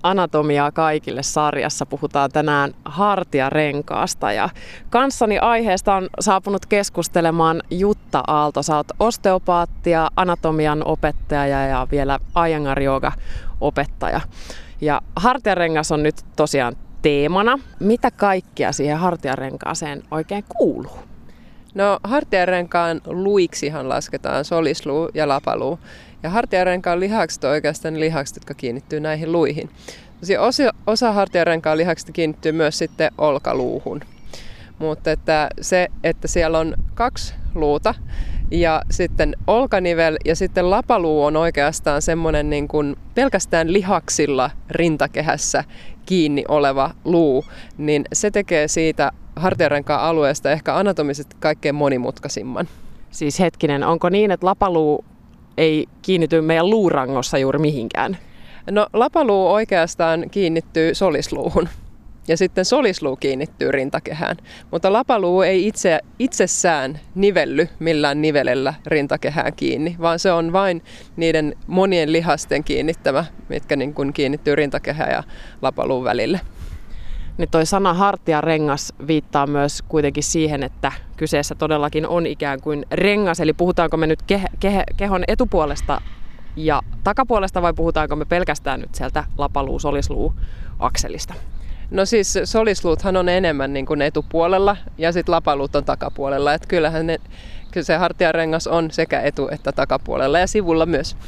Anatomiaa kaikille -sarjassa puhutaan tänään hartiarenkaasta ja kanssani aiheesta on saapunut keskustelemaan Jutta Aalto. Sä oot osteopaatti ja anatomian opettaja ja vielä Iyengar jooga opettaja. Ja hartiarengas on nyt tosiaan teemana. Mitä kaikkia siihen hartiarenkaaseen oikein kuuluu? No hartiarenkaan luiksihan lasketaan solisluu ja lapaluu. Ja hartiarenkaan lihakset on oikeastaan ne lihakset, jotka kiinnittyy näihin luihin. Osa hartiarenkaan lihaksista kiinnittyy myös sitten olkaluuhun. Mutta että siellä on 2 luuta ja sitten olkanivel ja sitten lapaluu on oikeastaan semmoinen niin kuin pelkästään lihaksilla rintakehässä kiinni oleva luu, niin se tekee siitä hartiarenkaan alueesta ehkä anatomisesti kaikkein monimutkaisimman. Siis hetkinen, onko niin, että lapaluu ei kiinnity meidän luurangossa juuri mihinkään? No lapaluu oikeastaan kiinnittyy solisluuhun ja sitten solisluu kiinnittyy rintakehään, mutta lapaluu ei itsessään nivelly millään nivelellä rintakehään kiinni, vaan se on vain niiden monien lihasten kiinnittämä, mitkä niin kuin kiinnittyy rintakehään ja lapaluun välille. Niin toi sana hartiarengas viittaa myös kuitenkin siihen, että kyseessä todellakin on ikään kuin rengas, eli puhutaanko me nyt kehon etupuolesta ja takapuolesta vai puhutaanko me pelkästään nyt sieltä lapaluu-solisluu-akselista? No siis solisluuthan on enemmän niin kuin etupuolella ja sitten lapaluut on takapuolella, että kyllä se hartiarengas on sekä etu- että takapuolella ja sivulla myös.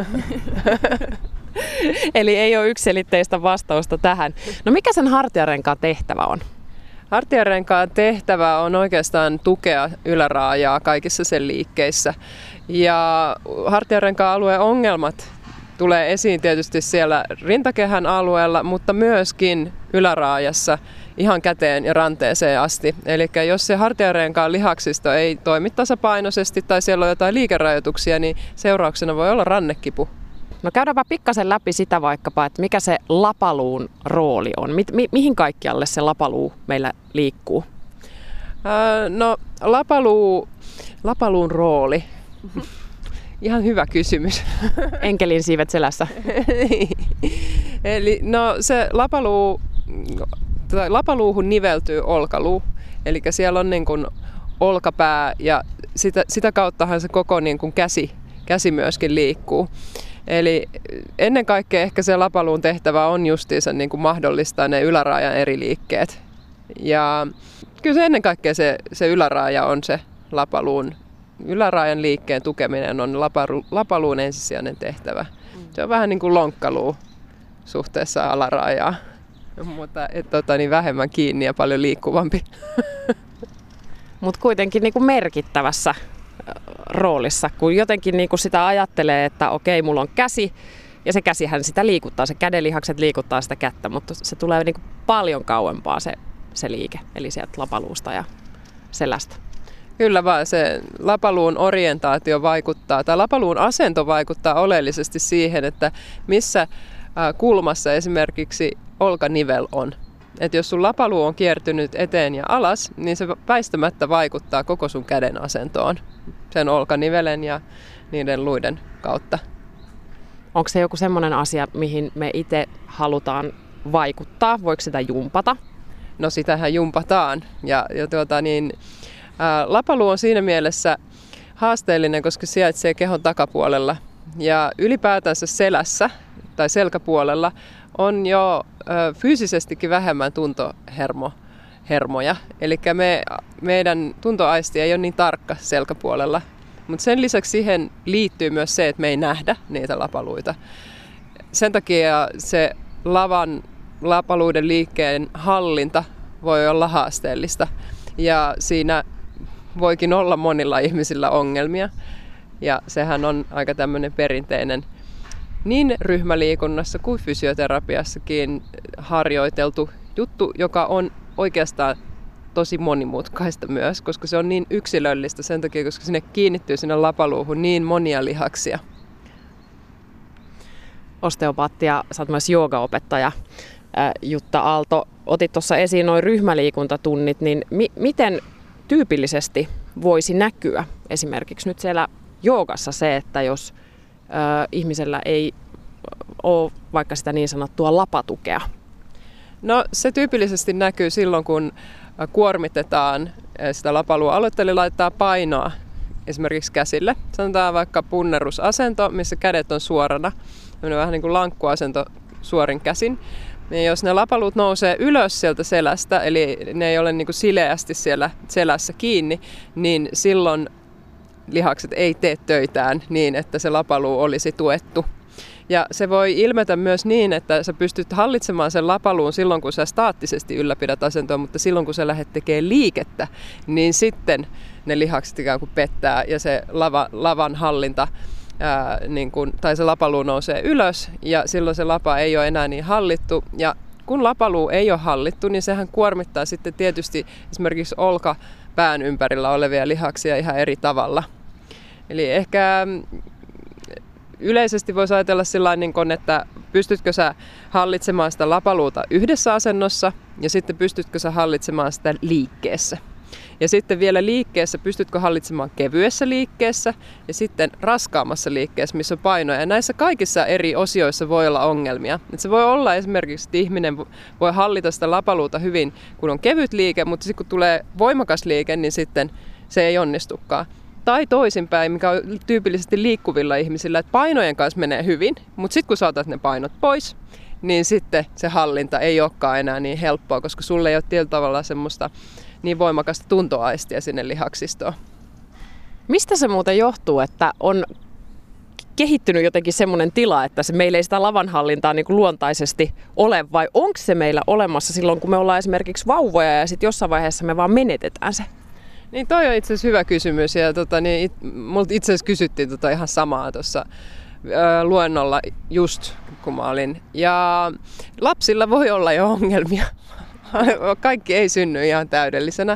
Eli ei ole yksiselitteistä vastausta tähän. No mikä sen hartiarenkaan tehtävä on? Hartiarenkaan tehtävä on oikeastaan tukea yläraajaa kaikissa sen liikkeissä. Ja hartiarenkaan alueen ongelmat tulee esiin tietysti siellä rintakehän alueella, mutta myöskin yläraajassa ihan käteen ja ranteeseen asti. Eli jos se hartiarenkaan lihaksisto ei toimi tasapainoisesti tai siellä on jotain liikerajoituksia, niin seurauksena voi olla rannekipu. No käydäänpä pikkasen läpi sitä vaikkapa, että mikä se lapaluun rooli on. Mihin kaikkialle se lapaluu meillä liikkuu? No lapaluun rooli. Ihan hyvä kysymys. Enkelin siivet selässä. Eli no se lapaluuhun niveltyy olkaluu. Eli siellä on niin kuin olkapää ja sitä kauttahan se koko niin kuin käsi myöskin liikkuu. Eli ennen kaikkea ehkä se lapaluun tehtävä on justiinsa niin kuin mahdollistaa ne yläraajan eri liikkeet. Ja kyllä se ennen kaikkea se yläraaja on se yläraajan liikkeen tukeminen on lapaluun ensisijainen tehtävä. Se on vähän niin kuin lonkkaluu suhteessa alaraajaan, mutta niin vähemmän kiinni ja paljon liikkuvampi. Mutta kuitenkin niin kuin merkittävässä roolissa, kun jotenkin niin kuin sitä ajattelee, että okei, mulla on käsi ja se käsihän sitä liikuttaa, se kädenlihakset liikuttaa sitä kättä, mutta se tulee niin kuin paljon kauempaa se liike, eli sieltä lapaluusta ja selästä. Kyllä vaan se lapaluun orientaatio vaikuttaa, tai lapaluun asento vaikuttaa oleellisesti siihen, että missä kulmassa esimerkiksi olkanivel on. Et jos sun lapaluu on kiertynyt eteen ja alas, niin se väistämättä vaikuttaa koko sun käden asentoon sen olkanivelen ja niiden luiden kautta. Onko se joku semmoinen asia, mihin me itse halutaan vaikuttaa? Voiko sitä jumpata? No sitähän jumpataan. Lapaluu on siinä mielessä haasteellinen, koska se sijaitsee kehon takapuolella. Ja ylipäätänsä selässä tai selkäpuolella on jo fyysisestikin vähemmän tuntohermoja. Eli meidän tuntoaisti ei ole niin tarkka selkäpuolella. Mutta sen lisäksi siihen liittyy myös se, että me ei nähdä niitä lapaluita. Sen takia se lapaluiden liikkeen hallinta voi olla haasteellista. Ja siinä voikin olla monilla ihmisillä ongelmia. Ja sehän on aika tämmöinen perinteinen niin ryhmäliikunnassa kuin fysioterapiassakin harjoiteltu juttu, joka on oikeastaan tosi monimutkaista myös, koska se on niin yksilöllistä sen takia, koska sinne kiinnittyy sinne lapaluuhun niin monia lihaksia. Osteopaatti ja sä oot myös joogaopettaja, Jutta Aalto. Otit tuossa esiin nuo ryhmäliikuntatunnit, niin miten tyypillisesti voisi näkyä esimerkiksi nyt siellä joogassa se, että jos ihmisellä ei ole vaikka sitä niin sanottua lapatukea? No se tyypillisesti näkyy silloin, kun kuormitetaan sitä lapaluualuetta, eli laittaa painoa esimerkiksi käsille. Sanotaan vaikka punnerusasento, missä kädet on suorana, vähän niin kuin lankkuasento suorin käsin. Ja jos ne lapaluut nousee ylös sieltä selästä, eli ne ei ole niin kuin sileästi siellä selässä kiinni, niin silloin lihakset ei tee töitään niin, että se lapaluu olisi tuettu. Ja se voi ilmetä myös niin, että sä pystyt hallitsemaan sen lapaluun silloin, kun sä staattisesti ylläpidät asentoa, mutta silloin, kun sä lähdet tekemään liikettä, niin sitten ne lihakset ikään kuin pettää ja se lavan hallinta tai se lapaluu nousee ylös ja silloin se lapa ei ole enää niin hallittu. Ja kun lapaluu ei ole hallittu, niin sehän kuormittaa sitten tietysti esimerkiksi olkapään ympärillä olevia lihaksia ihan eri tavalla. Eli ehkä yleisesti voisi ajatella sillain, että pystytkö sä hallitsemaan sitä lapaluuta yhdessä asennossa ja sitten pystytkö sä hallitsemaan sitä liikkeessä. Ja sitten vielä liikkeessä pystytkö hallitsemaan kevyessä liikkeessä ja sitten raskaammassa liikkeessä, missä on painoja. Ja näissä kaikissa eri osioissa voi olla ongelmia. Et se voi olla esimerkiksi, että ihminen voi hallita sitä lapaluuta hyvin, kun on kevyt liike, mutta sitten kun tulee voimakas liike, niin sitten se ei onnistukaan. Tai toisinpäin, mikä on tyypillisesti liikkuvilla ihmisillä, että painojen kanssa menee hyvin, mutta sitten kun sä otat ne painot pois, niin sitten se hallinta ei olekaan enää niin helppoa, koska sulle ei ole tietyllä tavalla semmoista niin voimakasta tuntoaistia sinne lihaksistoon. Mistä se muuten johtuu, että on kehittynyt jotenkin semmoinen tila, että meillä ei sitä lavanhallintaa niin kuin luontaisesti ole, vai onko se meillä olemassa silloin, kun me ollaan esimerkiksi vauvoja ja sitten jossain vaiheessa me vaan menetetään se? Niin toi on itse asiassa hyvä kysymys ja multa itse asiassa kysyttiin ihan samaa tuossa luennolla just kun mä olin. Ja lapsilla voi olla jo ongelmia. Kaikki ei synny ihan täydellisenä.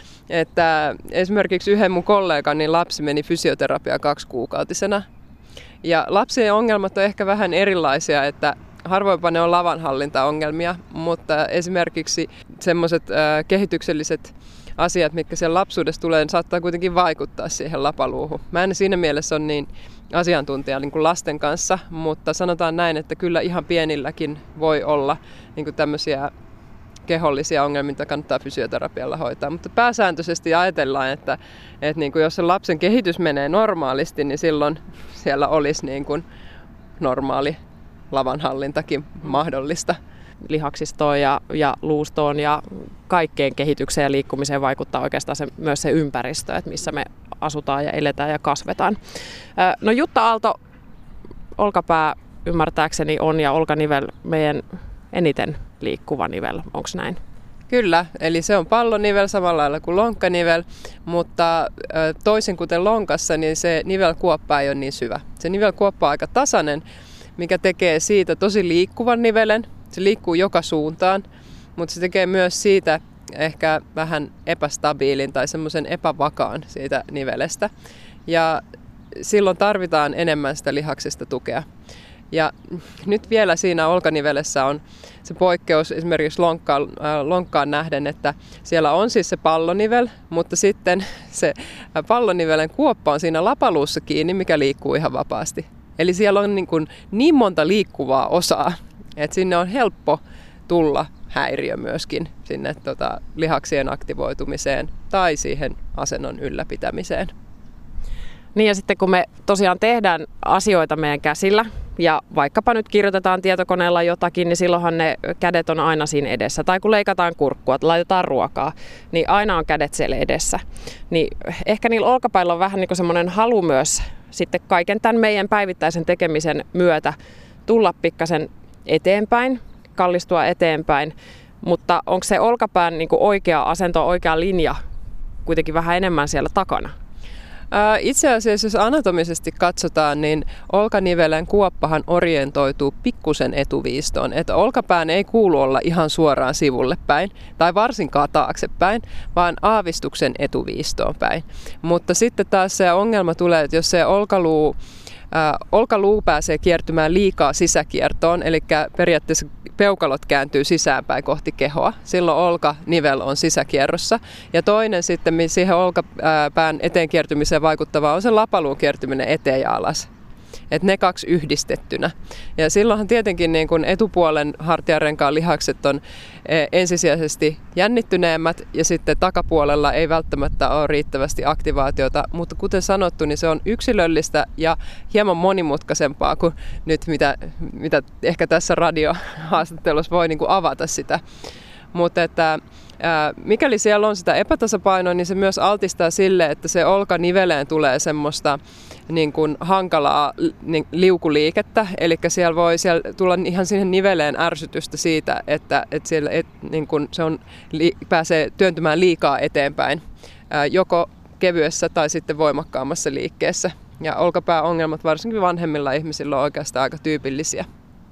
Että esimerkiksi yhden mun kollegani lapsi meni fysioterapiaan 2-kuukautisena. Ja lapsien ongelmat on ehkä vähän erilaisia, että harvoinpa ne on lavanhallintaongelmia, mutta esimerkiksi semmoiset kehitykselliset asiat, mitkä siellä lapsuudessa tulee, saattaa kuitenkin vaikuttaa siihen lapaluuhun. Mä en siinä mielessä ole niin asiantuntija niin kuin lasten kanssa, mutta sanotaan näin, että kyllä ihan pienilläkin voi olla niin kuin tämmöisiä kehollisia ongelmia, mitä kannattaa fysioterapialla hoitaa. Mutta pääsääntöisesti ajatellaan, että niin kuin jos se lapsen kehitys menee normaalisti, niin silloin siellä olisi niin kuin normaali lavanhallintakin mahdollista. Lihaksistoon ja luustoon ja kaikkeen kehitykseen ja liikkumiseen vaikuttaa oikeastaan myös se ympäristö, että missä me asutaan ja eletään ja kasvetaan. No Jutta Aalto, olkapää ymmärtääkseni on ja olkanivel meidän eniten liikkuva nivel, onko näin? Kyllä, eli se on pallonivel samalla lailla kuin lonkkanivel, mutta toisin kuten lonkassa, niin se nivelkuoppa ei ole niin syvä. Se nivelkuoppa on aika tasainen, mikä tekee siitä tosi liikkuvan nivelen. Se liikkuu joka suuntaan, mutta se tekee myös siitä ehkä vähän epästabiilin tai semmoisen epävakaan siitä nivelestä. Ja silloin tarvitaan enemmän sitä lihaksista tukea. Ja nyt vielä siinä olkanivelessä on se poikkeus esimerkiksi lonkkaan nähden, että siellä on siis se pallonivel, mutta sitten se pallonivelen kuoppa on siinä lapaluussa kiinni, mikä liikkuu ihan vapaasti. Eli siellä on niin monta liikkuvaa osaa, että sinne on helppo tulla häiriö myöskin sinne lihaksien aktivoitumiseen tai siihen asennon ylläpitämiseen. Niin ja sitten kun me tosiaan tehdään asioita meidän käsillä ja vaikkapa nyt kirjoitetaan tietokoneella jotakin, niin silloinhan ne kädet on aina siinä edessä. Tai kun leikataan kurkkua, laitetaan ruokaa, niin aina on kädet siellä edessä. Niin ehkä niillä olkapäillä on vähän niin kuin semmoinen halu myös sitten kaiken tämän meidän päivittäisen tekemisen myötä tulla pikkasen eteenpäin, kallistua eteenpäin. Mutta onko se olkapään niin kuin oikea asento, oikea linja kuitenkin vähän enemmän siellä takana? Itse asiassa, jos anatomisesti katsotaan, niin olkanivelen kuoppahan orientoituu pikkusen etuviistoon. Että olkapään ei kuulu olla ihan suoraan sivulle päin, tai varsinkaan taaksepäin, vaan aavistuksen etuviistoon päin. Mutta sitten taas se ongelma tulee, että jos se olkaluu pääsee kiertymään liikaa sisäkiertoon, eli periaatteessa peukalot kääntyy sisäänpäin kohti kehoa. Silloin olkanivel on sisäkierrossa. Ja toinen sitten siihen olkapään eteen kiertymiseen vaikuttava on se lapaluun kiertyminen eteen ja alas. että ne kaksi yhdistettynä. Ja silloinhan tietenkin niin kun etupuolen hartiarenkaan lihakset on ensisijaisesti jännittyneemmät ja sitten takapuolella ei välttämättä ole riittävästi aktivaatiota, mutta kuten sanottu, niin se on yksilöllistä ja hieman monimutkaisempaa kuin nyt, mitä ehkä tässä radiohaastattelussa voi niin kuin avata sitä. Mutta että mikäli siellä on sitä epätasapainoa, niin se myös altistaa sille, että se olkaniveleen tulee semmoista niin kuin hankalaa liukuliikettä. Eli siellä voi tulla ihan siihen niveleen ärsytystä siitä, että siellä niin kuin pääsee työntymään liikaa eteenpäin, joko kevyessä tai sitten voimakkaammassa liikkeessä. Ja olkapääongelmat varsinkin vanhemmilla ihmisillä on oikeastaan aika tyypillisiä.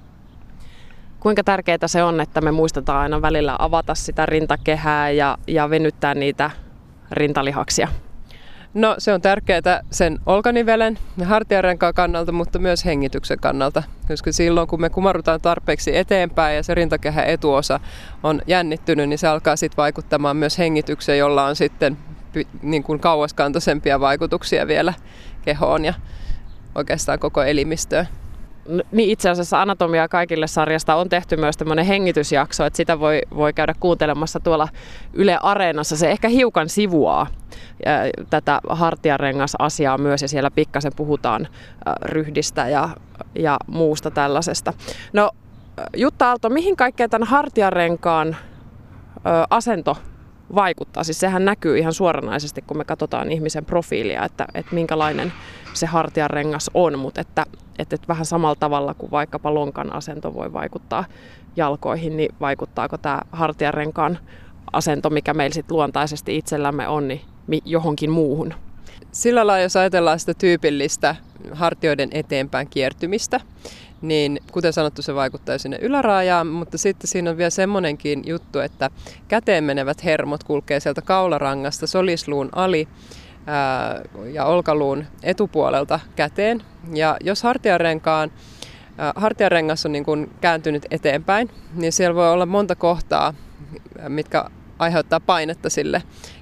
Kuinka tärkeää se on, että me muistetaan aina välillä avata sitä rintakehää ja venyttää niitä rintalihaksia? No se on tärkeää sen olkanivelen ja hartiarenkaan kannalta, mutta myös hengityksen kannalta. Koska silloin kun me kumarrutaan tarpeeksi eteenpäin ja se rintakehän etuosa on jännittynyt, niin se alkaa sitten vaikuttamaan myös hengitykseen, jolla on sitten niin kuin kauaskantoisempia vaikutuksia vielä kehoon ja oikeastaan koko elimistöön. Niin itse asiassa Anatomia kaikille -sarjasta on tehty myös tämmöinen hengitysjakso, että sitä voi käydä kuuntelemassa tuolla Yle Areenassa. Se ehkä hiukan sivuaa tätä hartiarengas-asiaa myös ja siellä pikkasen puhutaan ryhdistä ja muusta tällaisesta. No Jutta Aalto, mihin kaikkeen tämän hartiarenkaan asento vaikuttaa? Siis sehän näkyy ihan suoranaisesti, kun me katsotaan ihmisen profiilia, että minkälainen se hartiarengas on, mutta että vähän samalla tavalla kuin vaikkapa lonkan asento voi vaikuttaa jalkoihin, niin vaikuttaako tämä hartiarenkaan asento, mikä meillä sit luontaisesti itsellämme on, niin johonkin muuhun? Sillä lailla, jos ajatellaan sitä tyypillistä hartioiden eteenpäin kiertymistä, niin kuten sanottu, se vaikuttaa sinne yläraajaan, mutta sitten siinä on vielä semmoinenkin juttu, että käteen menevät hermot kulkee sieltä kaularangasta solisluun ali ja olkaluun etupuolelta käteen. Ja jos hartiarengas on niin kuin kääntynyt eteenpäin, niin siellä voi olla monta kohtaa, mitkä aiheuttaa painetta sille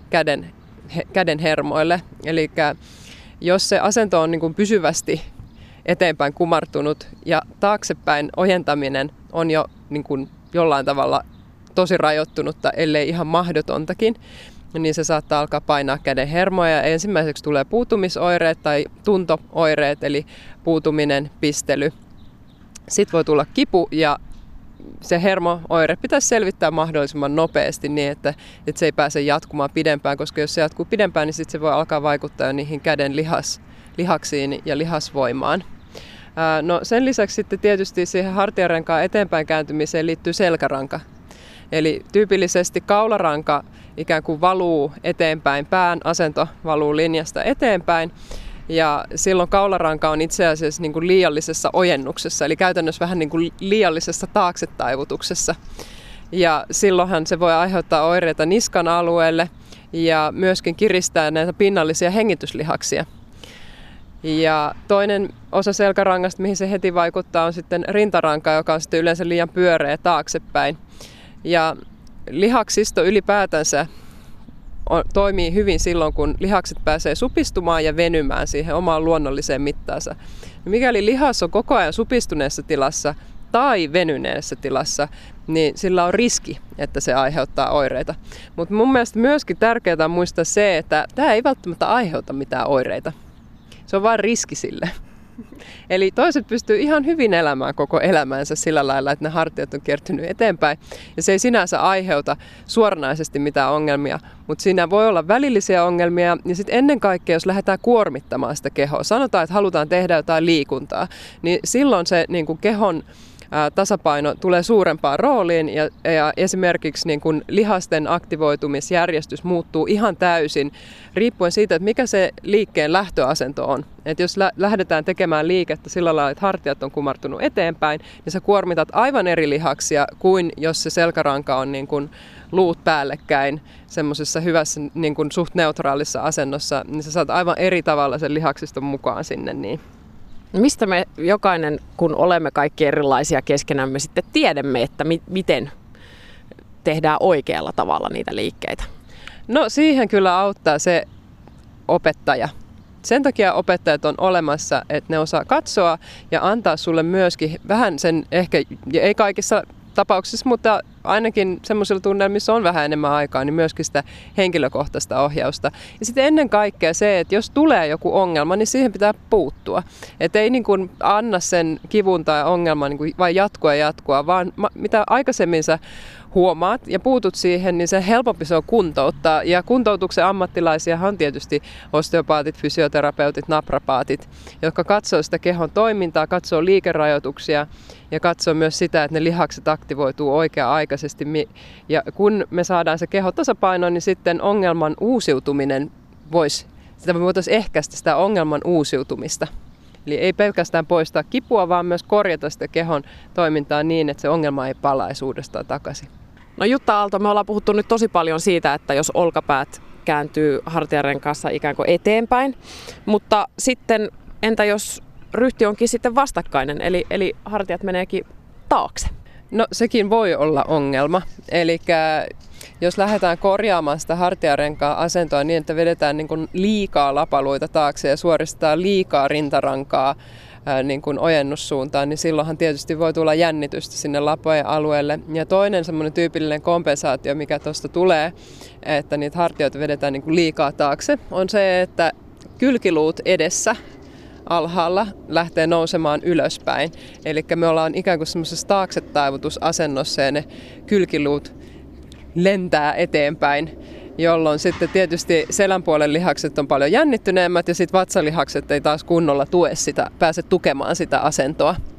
käden hermoille. Eli jos se asento on niin kuin pysyvästi eteenpäin kumartunut ja taaksepäin ojentaminen on jo niin kuin jollain tavalla tosi rajoittunutta, ellei ihan mahdotontakin, niin se saattaa alkaa painaa käden hermoja. Ja ensimmäiseksi tulee puutumisoireet tai tunto-oireet, eli puutuminen, pistely. Sitten voi tulla kipu ja se hermo-oire pitäisi selvittää mahdollisimman nopeasti niin, että se ei pääse jatkumaan pidempään, koska jos se jatkuu pidempään, niin sitten se voi alkaa vaikuttaa niihin käden lihaksiin ja lihasvoimaan. No sen lisäksi sitten tietysti siihen hartiarenkaan eteenpäin kääntymiseen liittyy selkäranka. Eli tyypillisesti kaularanka ikään kuin valuu eteenpäin, pään asento valuu linjasta eteenpäin. Ja silloin kaularanka on itse asiassa niin kuin liiallisessa ojennuksessa, eli käytännössä vähän niin kuin liiallisessa taaksetaivutuksessa. Ja silloinhan se voi aiheuttaa oireita niskan alueelle ja myöskin kiristää näitä pinnallisia hengityslihaksia. Ja toinen osa selkärangasta, mihin se heti vaikuttaa, on sitten rintaranka, joka on sitten yleensä liian pyöreä taaksepäin. Ja lihaksisto ylipäätänsä toimii hyvin silloin, kun lihakset pääsee supistumaan ja venymään siihen omaan luonnolliseen mittaansa. Ja mikäli lihas on koko ajan supistuneessa tilassa tai venyneessä tilassa, niin sillä on riski, että se aiheuttaa oireita. Mutta mun mielestä myöskin tärkeää on muistaa se, että tämä ei välttämättä aiheuta mitään oireita. Se on vain riski sille. Eli toiset pystyy ihan hyvin elämään koko elämänsä sillä lailla, että ne hartiat on kiertynyt eteenpäin. Ja se ei sinänsä aiheuta suoranaisesti mitään ongelmia, mutta siinä voi olla välillisiä ongelmia. Ja sitten ennen kaikkea, jos lähdetään kuormittamaan sitä kehoa, sanotaan, että halutaan tehdä jotain liikuntaa, niin silloin se niin kuin kehon tasapaino tulee suurempaan rooliin ja esimerkiksi niin kuin lihasten aktivoitumisjärjestys muuttuu ihan täysin riippuen siitä, että mikä se liikkeen lähtöasento on. Et jos lähdetään tekemään liikettä sillä lailla, että hartiat on kumartunut eteenpäin, niin sä kuormitat aivan eri lihaksia kuin jos se selkäranka on niin kuin luut päällekkäin semmoisessa hyvässä niin kuin suht neutraalissa asennossa, niin sä saat aivan eri tavalla sen lihaksiston mukaan sinne. Niin. Mistä me jokainen, kun olemme kaikki erilaisia keskenämme, sitten tiedämme, että miten tehdään oikealla tavalla niitä liikkeitä? No siihen kyllä auttaa se opettaja. sen takia opettajat on olemassa, että ne osaa katsoa ja antaa sulle myöskin vähän sen ehkä, ei kaikissa tapauksissa, mutta ainakin semmoisilla tunnilla, missä on vähän enemmän aikaa, niin myöskin sitä henkilökohtaista ohjausta. Ja sitten ennen kaikkea se, että jos tulee joku ongelma, niin siihen pitää puuttua. Että ei niin kuin anna sen kivun tai ongelman niin kuin vain jatkua, vaan mitä aikaisemmin sä huomaat ja puutut siihen, niin se helpompi se on kuntouttaa. Ja kuntoutuksen ammattilaisia on tietysti osteopaatit, fysioterapeutit, naprapaatit, jotka katsoo sitä kehon toimintaa, katsoo liikerajoituksia ja katsoo myös sitä, että ne lihakset aktivoituu oikea-aikaisesti. Ja kun me saadaan se keho tasapainoon, niin sitten ongelman uusiutuminen me voitaisiin ehkäistä sitä ongelman uusiutumista. Eli ei pelkästään poistaa kipua, vaan myös korjata sitä kehon toimintaa niin, että se ongelma ei palaisi uudestaan takaisin. No Jutta Aalto, me ollaan puhuttu nyt tosi paljon siitä, että jos olkapäät kääntyy hartiarenkaassa ikään kuin eteenpäin, mutta sitten entä jos ryhti onkin sitten vastakkainen, eli hartiat meneekin taakse? No sekin voi olla ongelma. Eli jos lähdetään korjaamaan sitä hartiarenkaan asentoa niin, että vedetään niin kuin liikaa lapaluita taakse ja suoristetaan liikaa rintarankaa niin kuin ojennussuuntaan, niin silloinhan tietysti voi tulla jännitystä sinne lapojen alueelle. Ja toinen semmoinen tyypillinen kompensaatio, mikä tuosta tulee, että niitä hartioita vedetään niin kuin liikaa taakse, on se, että kylkiluut edessä alhaalla lähtee nousemaan ylöspäin. Eli me ollaan ikään kuin semmoisessa taaksetaivutusasennossa ja ne kylkiluut lentää eteenpäin, jolloin sitten tietysti selän puolen lihakset on paljon jännittyneemmät ja sitten vatsalihakset ei taas kunnolla pääse tukemaan sitä asentoa.